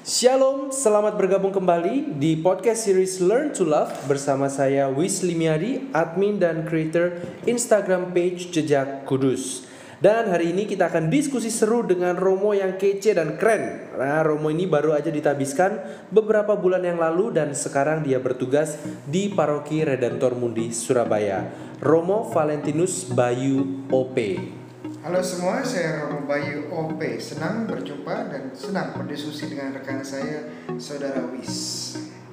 Shalom, selamat bergabung kembali di podcast series Learn to Love bersama saya Wis Limiadi, admin dan creator Instagram page Jejak Kudus. Dan hari ini kita akan diskusi seru dengan Romo yang kece dan keren. Nah, Romo ini baru aja ditabiskan beberapa bulan yang lalu dan sekarang dia bertugas di Paroki Redentor Mundi, Surabaya. Romo Valentinus Bayu OP. Halo semua, saya Romo Bayu OP. Senang berjumpa dan senang berdiskusi dengan rekan saya, Saudara Wis.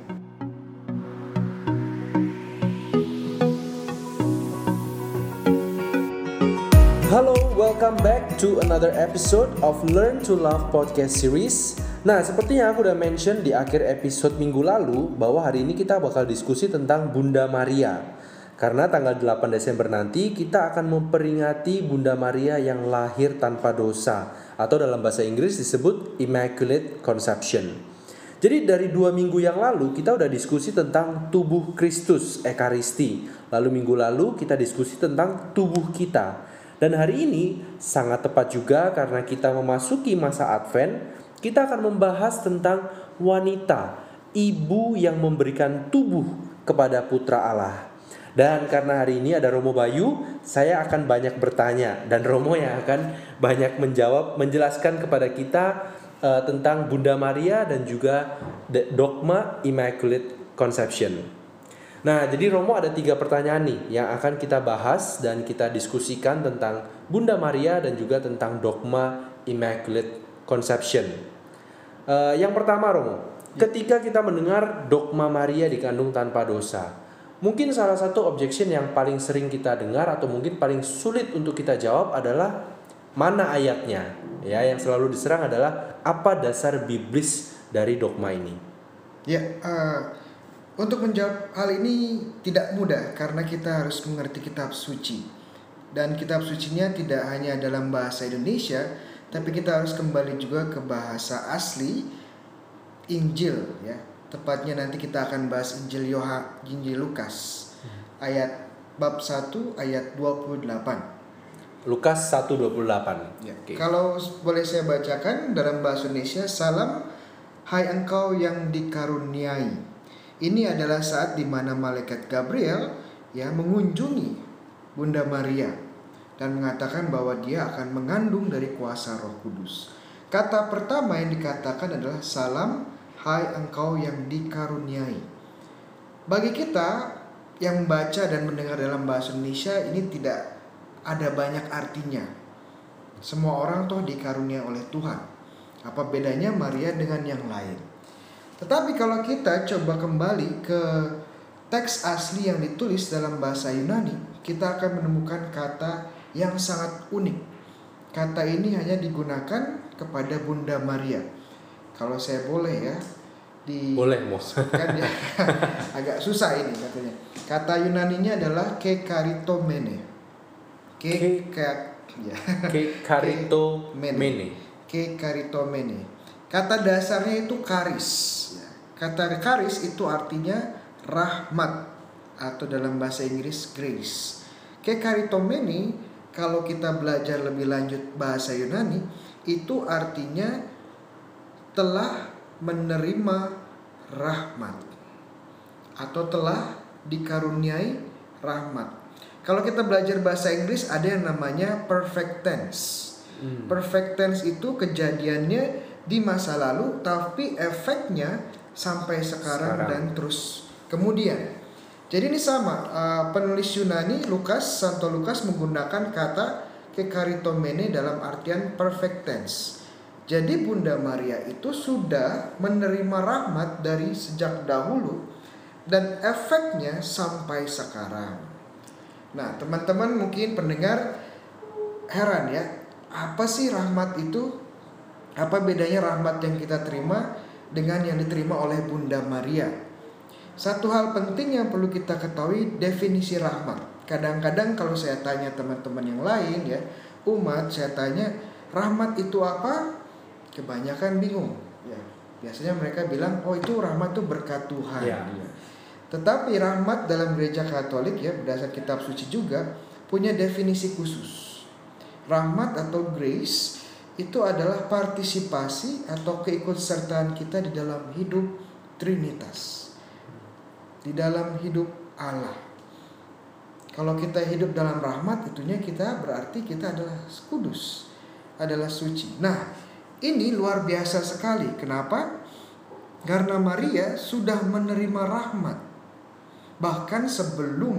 Halo, welcome back to another episode of Learn to Love podcast series. Nah, seperti yang aku udah mention di akhir episode minggu lalu, bahwa hari ini kita bakal diskusi tentang Bunda Maria. Karena tanggal 8 Desember nanti kita akan memperingati Bunda Maria yang lahir tanpa dosa, atau dalam bahasa Inggris disebut Immaculate Conception. Jadi dari 2 minggu yang lalu kita udah diskusi tentang tubuh Kristus, Ekaristi. Lalu minggu lalu kita diskusi tentang tubuh kita. Dan hari ini sangat tepat juga karena kita memasuki masa Advent, kita akan membahas tentang wanita, ibu yang memberikan tubuh kepada Putra Allah. Dan karena hari ini ada Romo Bayu, saya akan banyak bertanya dan Romo yang akan banyak menjawab, menjelaskan kepada kita tentang Bunda Maria dan juga dogma Immaculate Conception. Nah, jadi Romo ada 3 pertanyaan nih yang akan kita bahas dan kita diskusikan tentang Bunda Maria dan juga tentang dogma Immaculate Conception. Yang pertama Romo, ketika kita mendengar dogma Maria dikandung tanpa dosa, mungkin salah satu objection yang paling sering kita dengar atau mungkin paling sulit untuk kita jawab adalah mana ayatnya. Ya, yang selalu diserang adalah apa dasar biblis dari dogma ini. Untuk menjawab hal ini tidak mudah karena kita harus mengerti kitab suci. Dan kitab sucinya tidak hanya dalam bahasa Indonesia, tapi kita harus kembali juga ke bahasa asli Injil, ya. Tepatnya nanti kita akan bahas Injil Lukas ayat bab 1 ayat 28. Lukas 1:28. Ya. Okay. Kalau boleh saya bacakan dalam bahasa Indonesia, salam hai engkau yang dikaruniai. Ini adalah saat di mana malaikat Gabriel mengunjungi Bunda Maria dan mengatakan bahwa dia akan mengandung dari kuasa Roh Kudus. Kata pertama yang dikatakan adalah salam hai engkau yang dikaruniai. Bagi kita yang membaca dan mendengar dalam bahasa Indonesia ini tidak ada banyak artinya. Semua orang toh dikaruniai oleh Tuhan. Apa bedanya Maria dengan yang lain? Tetapi kalau kita coba kembali ke teks asli yang ditulis dalam bahasa Yunani, kita akan menemukan kata yang sangat unik. Kata ini hanya digunakan kepada Bunda Maria. Kalau saya boleh boleh Mos. Kan ya, agak susah ini katanya. Kata Yunaninya adalah kekaritomene. Kekaritomene. Kata dasarnya itu karis. Kata karis itu artinya rahmat atau dalam bahasa Inggris grace. Kekaritomene kalau kita belajar lebih lanjut bahasa Yunani itu artinya telah menerima rahmat atau telah dikaruniai rahmat. Kalau kita belajar bahasa Inggris ada yang namanya perfect tense. Perfect tense itu kejadiannya di masa lalu tapi efeknya sampai sekarang dan terus kemudian. Jadi ini sama, penulis Yunani Santo Lukas menggunakan kata kekaritomene dalam artian perfect tense. Jadi Bunda Maria itu sudah menerima rahmat dari sejak dahulu dan efeknya sampai sekarang. Nah, teman-teman mungkin pendengar heran ya, apa sih rahmat itu? Apa bedanya rahmat yang kita terima dengan yang diterima oleh Bunda Maria? Satu hal penting yang perlu kita ketahui, definisi rahmat. Kadang-kadang kalau saya tanya teman-teman yang lain umat, saya tanya rahmat itu apa? Kebanyakan bingung. Biasanya mereka bilang, oh itu rahmat itu berkat Tuhan. Tetapi rahmat dalam gereja Katolik berdasar kitab suci juga punya definisi khusus. Rahmat atau grace itu adalah partisipasi atau keikutsertaan kita di dalam hidup Trinitas, di dalam hidup Allah. Kalau kita hidup dalam rahmat, itunya kita berarti kita adalah kudus, adalah suci. Nah, ini luar biasa sekali. Kenapa? Karena Maria sudah menerima rahmat. Bahkan sebelum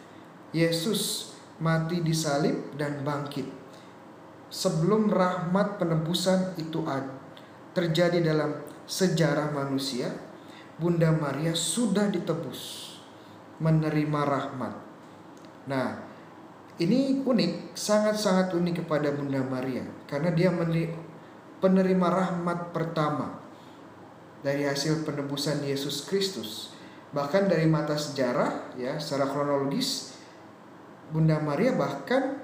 Yesus mati di salib dan bangkit. Sebelum rahmat penebusan itu terjadi dalam sejarah manusia, Bunda Maria sudah ditebus, menerima rahmat. Nah, ini unik, sangat-sangat unik kepada Bunda Maria, karena dia penerima rahmat pertama dari hasil penebusan Yesus Kristus. Bahkan dari mata sejarah, ya, secara kronologis, Bunda Maria bahkan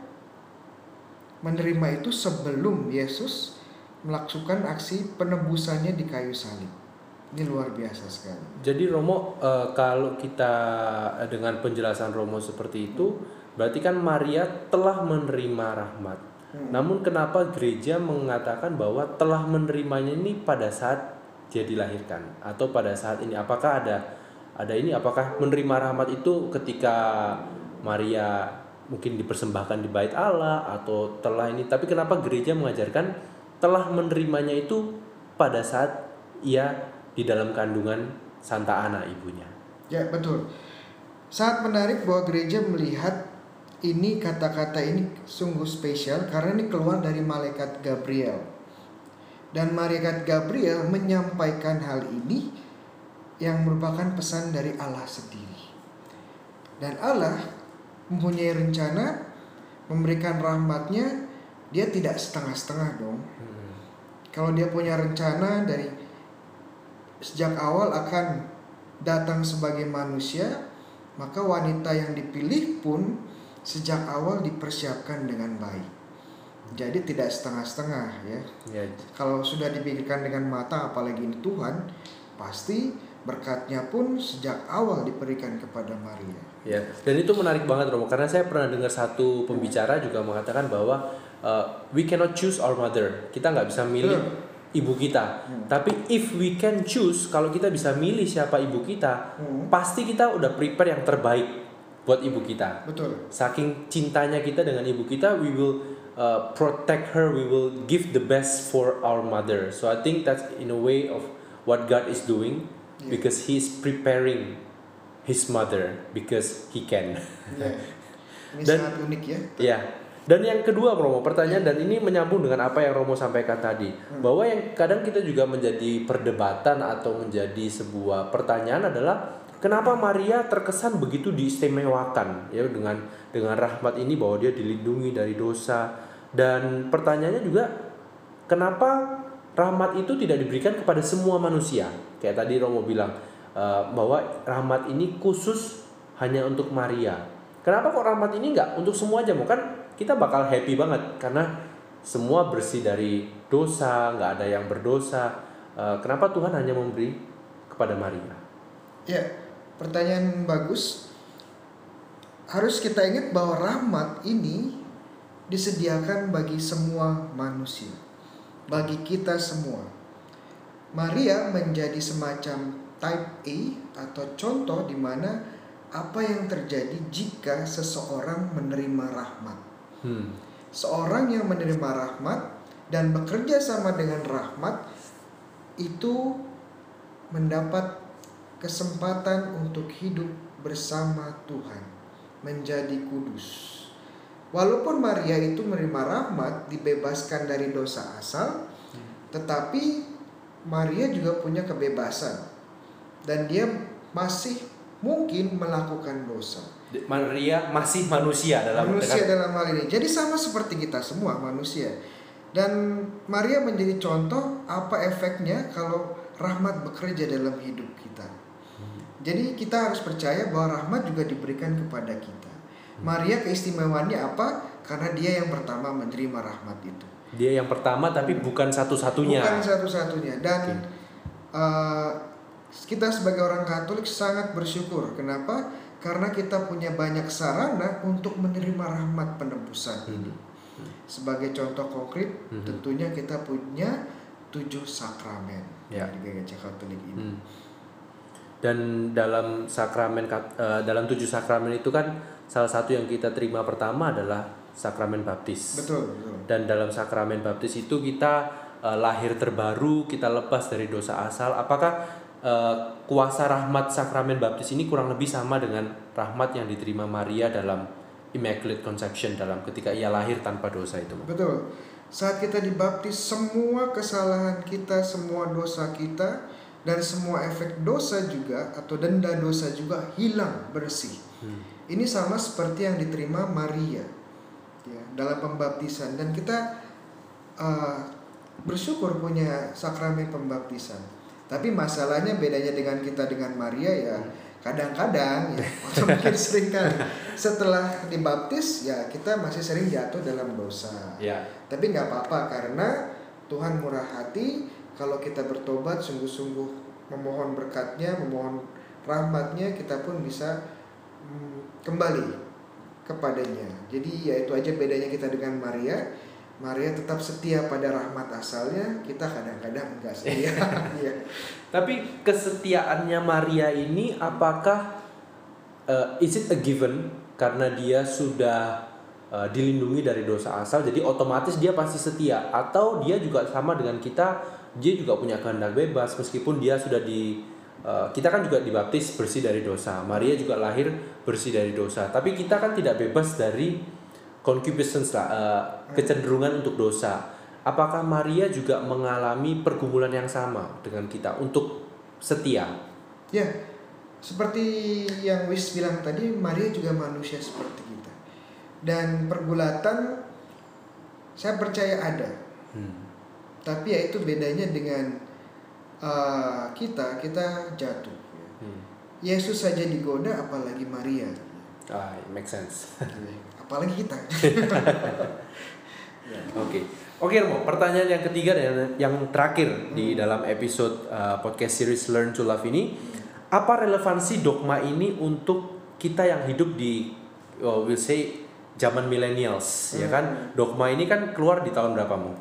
menerima itu sebelum Yesus melakukan aksi penebusannya di kayu salib. Ini luar biasa sekali. Jadi Romo, kalau kita dengan penjelasan Romo seperti itu, berarti kan Maria telah menerima rahmat. Namun kenapa gereja mengatakan bahwa telah menerimanya ini pada saat dia dilahirkan atau pada saat ini? Apakah ada ini? Apakah menerima rahmat itu ketika Maria mungkin dipersembahkan di bait Allah atau telah ini? Tapi kenapa gereja mengajarkan telah menerimanya itu pada saat ia di dalam kandungan Santa Ana ibunya? Ya, betul. Sangat menarik bahwa gereja melihat ini, kata-kata ini sungguh spesial karena ini keluar dari malaikat Gabriel. Dan malaikat Gabriel menyampaikan hal ini yang merupakan pesan dari Allah sendiri. Dan Allah mempunyai rencana memberikan rahmatnya, dia tidak setengah-setengah dong. Kalau dia punya rencana dari sejak awal akan datang sebagai manusia, maka wanita yang dipilih pun sejak awal dipersiapkan dengan baik. Jadi tidak setengah-setengah, ya. Kalau sudah dipikirkan dengan mata, apalagi ini Tuhan, pasti berkatnya pun sejak awal diberikan kepada Maria. Ya, dan itu menarik banget Romo, karena saya pernah dengar satu pembicara juga mengatakan bahwa we cannot choose our mother. Kita nggak bisa milih ibu kita. Tapi if we can choose, kalau kita bisa milih siapa ibu kita, pasti kita udah prepare yang terbaik buat ibu kita. Betul. Saking cintanya kita dengan ibu kita, we will protect her, we will give the best for our mother. So I think that's in a way of what God is doing, because He is preparing His mother because He can. Ini sangat unik, ya. Ya. Dan yang kedua Romo, pertanyaan, dan ini menyambung dengan apa yang Romo sampaikan tadi, bahwa yang kadang kita juga menjadi perdebatan atau menjadi sebuah pertanyaan adalah kenapa Maria terkesan begitu diistimewakan, ya, dengan rahmat ini, bahwa dia dilindungi dari dosa. Dan pertanyaannya juga, kenapa rahmat itu tidak diberikan kepada semua manusia? Kayak tadi Romo bilang bahwa rahmat ini khusus hanya untuk Maria. Kenapa kok rahmat ini enggak untuk semua aja? Kan kita bakal happy banget karena semua bersih dari dosa, nggak ada yang berdosa. Kenapa Tuhan hanya memberi kepada Maria? Ya, pertanyaan bagus. Harus kita ingat bahwa rahmat ini disediakan bagi semua manusia, bagi kita semua. Maria menjadi semacam type A atau contoh di mana apa yang terjadi jika seseorang menerima rahmat. Seorang yang menerima rahmat dan bekerja sama dengan rahmat itu mendapat kesempatan untuk hidup bersama Tuhan, menjadi kudus. Walaupun Maria itu menerima rahmat, dibebaskan dari dosa asal, tetapi Maria juga punya kebebasan dan dia masih mungkin melakukan dosa. Maria masih manusia dalam hal ini. Jadi sama seperti kita semua manusia. Dan Maria menjadi contoh apa efeknya kalau rahmat bekerja dalam hidup kita. Jadi kita harus percaya bahwa rahmat juga diberikan kepada kita. Maria keistimewaannya apa? Karena dia yang pertama menerima rahmat itu. Dia yang pertama, tapi bukan satu-satunya. Bukan satu-satunya. Dan kita sebagai orang Katolik sangat bersyukur. Kenapa? Karena kita punya banyak sarana untuk menerima rahmat penebusan ini. Sebagai contoh konkret, tentunya kita punya 7 sakramen di Gereja Katolik ini. Dan dalam dalam 7 sakramen itu kan salah satu yang kita terima pertama adalah sakramen baptis. Betul. Dan dalam sakramen baptis itu kita lahir terbaru, kita lepas dari dosa asal. Apakah kuasa rahmat sakramen baptis ini kurang lebih sama dengan rahmat yang diterima Maria dalam Immaculate Conception dalam ketika ia lahir tanpa dosa itu? Betul. Saat kita dibaptis, semua kesalahan kita, semua dosa kita, dan semua efek dosa juga atau denda dosa juga hilang bersih. Ini sama seperti yang diterima Maria ya, dalam pembaptisan, dan kita bersyukur punya sakramen pembaptisan. Tapi masalahnya bedanya dengan kita dengan Maria ya, kadang-kadang ya, atau mungkin sering kali setelah dibaptis ya kita masih sering jatuh dalam dosa. Tapi nggak apa-apa karena Tuhan murah hati. Kalau kita bertobat sungguh-sungguh memohon berkat-Nya, memohon rahmat-Nya, kita pun bisa kembali kepadanya. Jadi ya itu aja bedanya kita dengan Maria. Maria tetap setia pada rahmat asalnya, kita kadang-kadang enggak setia. Tapi kesetiaannya Maria ini apakah is it a given karena dia sudah dilindungi dari dosa asal, jadi otomatis dia pasti setia, atau dia juga sama dengan kita, dia juga punya kehendak bebas meskipun dia sudah kita kan juga dibaptis bersih dari dosa, Maria juga lahir bersih dari dosa, tapi kita kan tidak bebas dari concupiscence kecenderungan untuk dosa. Apakah Maria juga mengalami pergumulan yang sama dengan kita untuk setia? Ya, seperti yang Wis bilang tadi, Maria juga manusia seperti kita. Dan pergulatan saya percaya ada. Tapi ya itu bedanya dengan kita jatuh. Yesus saja digoda, apalagi Maria. It makes sense. Apalagi kita. Oke, Romo. Pertanyaan yang ketiga dan yang terakhir di dalam episode podcast series Learn to Love ini, apa relevansi dogma ini untuk kita yang hidup di we'll say zaman millennials, ya kan? Dogma ini kan keluar di tahun berapa, Mo?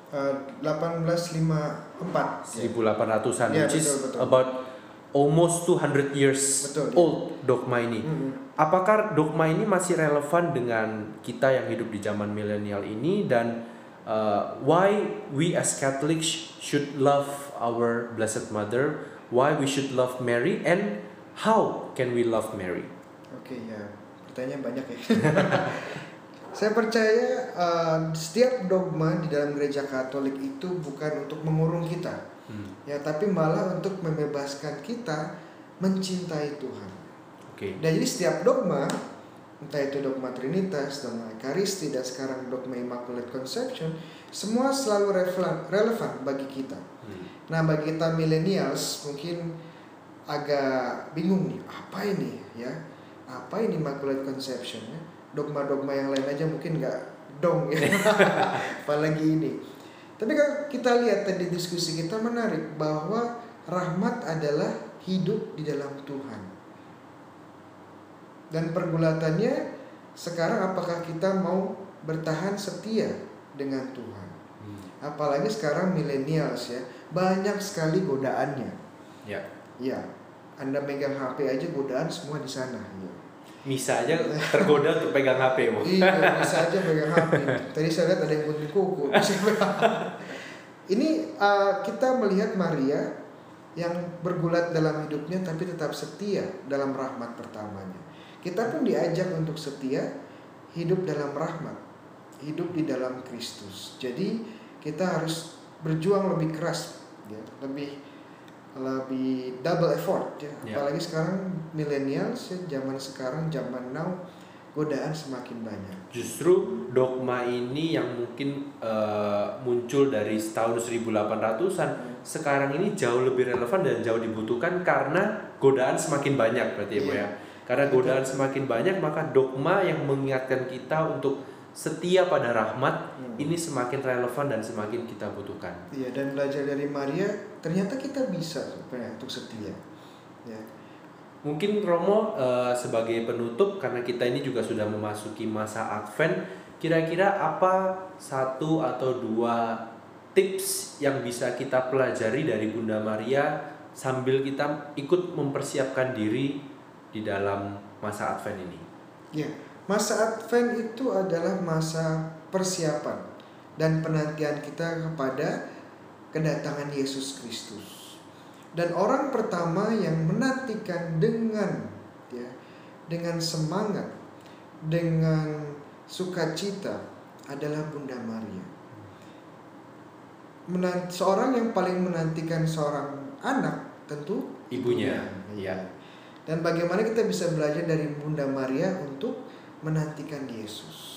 1854. 1800-an, ya, which is betul. about almost 200 years old dogma ini. Apakah dogma ini masih relevan dengan kita yang hidup di zaman milenial ini, dan why we as Catholics should love our Blessed Mother, why we should love Mary, and how can we love Mary? Oke, ya, pertanyaan banyak ya. Saya percaya setiap dogma di dalam gereja Katolik itu bukan untuk mengurung kita, ya, tapi malah untuk membebaskan kita mencintai Tuhan. Dan jadi setiap dogma, entah itu dogma Trinitas, dogma Ekaristi, dan sekarang dogma Immaculate Conception, semua selalu relevan bagi kita. Nah, bagi kita millennials mungkin agak bingung nih, apa ini ya? Apa ini Immaculate Conception ya? Dogma-dogma yang lain aja mungkin nggak dong ya. Apalagi ini. Tapi kalau kita lihat tadi diskusi kita menarik bahwa rahmat adalah hidup di dalam Tuhan. Dan pergulatannya sekarang apakah kita mau bertahan setia dengan Tuhan? Apalagi sekarang millennials ya, banyak sekali godaannya. Ya, Anda megang HP aja godaan semua di sana. Ya. Misa aja tergoda untuk pegang HP, Mo. Iya, bisa aja pegang HP. Tadi saya lihat ada yang gunting kuku. Ini kita melihat Maria yang bergulat dalam hidupnya tapi tetap setia dalam rahmat pertamanya. Kita pun diajak untuk setia, hidup dalam rahmat, hidup di dalam Kristus. Jadi kita harus berjuang lebih keras, ya, lebih double effort ya. Apalagi sekarang millennials ya, zaman now godaan semakin banyak. Justru dogma ini yang mungkin muncul dari tahun 1800-an sekarang ini jauh lebih relevan dan jauh dibutuhkan karena godaan semakin banyak, berarti ya. Karena godaan semakin banyak, maka dogma yang mengingatkan kita untuk setia pada rahmat ini semakin relevan dan semakin kita butuhkan. Iya, dan belajar dari Maria ternyata kita bisa sebenarnya untuk setia. Ya. Mungkin Romo sebagai penutup, karena kita ini juga sudah memasuki masa Advent, kira-kira apa 1 atau 2 tips yang bisa kita pelajari dari Bunda Maria sambil kita ikut mempersiapkan diri di dalam masa Advent ini? Ya, masa Advent itu adalah masa persiapan dan penantian kita kepada kedatangan Yesus Kristus. Dan orang pertama yang menantikan dengan semangat, dengan sukacita adalah Bunda Maria. Seorang yang paling menantikan seorang anak tentu ibunya. Ya. Dan bagaimana kita bisa belajar dari Bunda Maria untuk menantikan Yesus.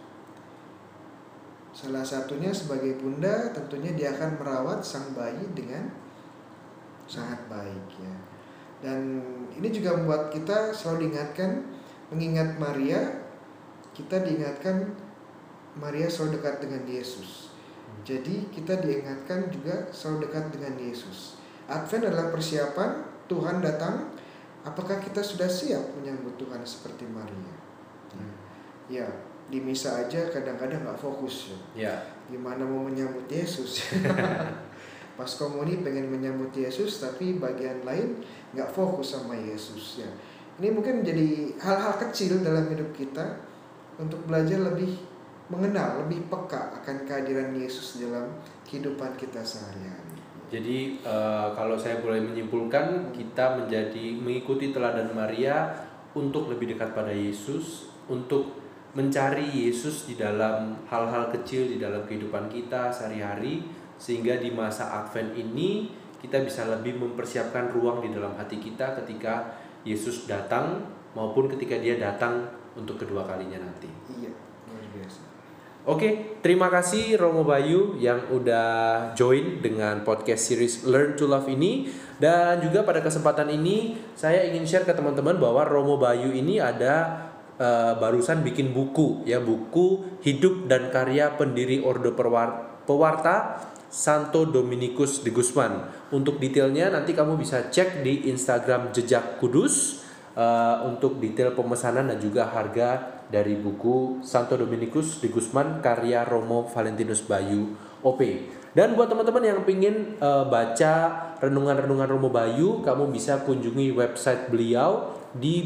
Salah satunya sebagai bunda, tentunya dia akan merawat sang bayi dengan sangat baik ya. Dan ini juga membuat kita selalu diingatkan, mengingat Maria, kita diingatkan Maria selalu dekat dengan Yesus. Jadi kita diingatkan juga selalu dekat dengan Yesus. Advent adalah persiapan Tuhan datang. Apakah kita sudah siap menyambut Tuhan seperti Maria? Ya, di misa aja kadang-kadang gak fokus ya. Gimana mau menyambut Yesus? Pas komuni pengen menyambut Yesus, tapi bagian lain gak fokus sama Yesus ya. Ini mungkin menjadi hal-hal kecil dalam hidup kita untuk belajar lebih mengenal, lebih peka akan kehadiran Yesus dalam kehidupan kita sehari-hari. Jadi kalau saya boleh menyimpulkan, kita mengikuti teladan Maria untuk lebih dekat pada Yesus, untuk mencari Yesus di dalam hal-hal kecil di dalam kehidupan kita sehari-hari, sehingga di masa Advent ini kita bisa lebih mempersiapkan ruang di dalam hati kita ketika Yesus datang maupun ketika dia datang untuk kedua kalinya nanti. Iya, luar biasa. Oke, terima kasih Romo Bayu yang udah join dengan podcast series Learn to Love ini. Dan juga pada kesempatan ini saya ingin share ke teman-teman bahwa Romo Bayu ini ada barusan bikin buku Hidup dan Karya Pendiri Orde Pewarta Santo Dominikus de Guzman. Untuk detailnya nanti kamu bisa cek di Instagram Jejak Kudus untuk detail pemesanan dan juga harga dari buku Santo Dominikus de Guzman karya Romo Valentinus Bayu OP. Dan buat teman-teman yang ingin baca renungan-renungan Romo Bayu, kamu bisa kunjungi website beliau di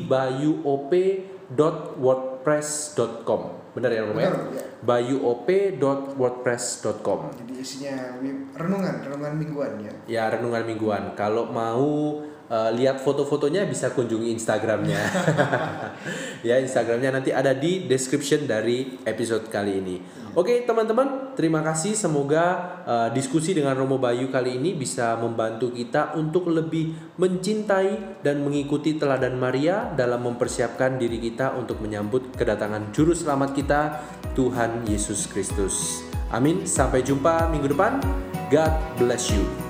bayuop.wordpress.com. Benar ya Romo ya? bayuop.wordpress.com. Jadi isinya renungan mingguan ya. Ya, renungan mingguan. Kalau mau lihat foto-fotonya bisa kunjungi Instagramnya. Ya, Instagramnya nanti ada di description dari episode kali ini. Oke, teman-teman, terima kasih. Semoga diskusi dengan Romo Bayu kali ini bisa membantu kita untuk lebih mencintai dan mengikuti teladan Maria dalam mempersiapkan diri kita untuk menyambut kedatangan Juru Selamat kita, Tuhan Yesus Kristus. Amin. Sampai jumpa minggu depan. God bless you.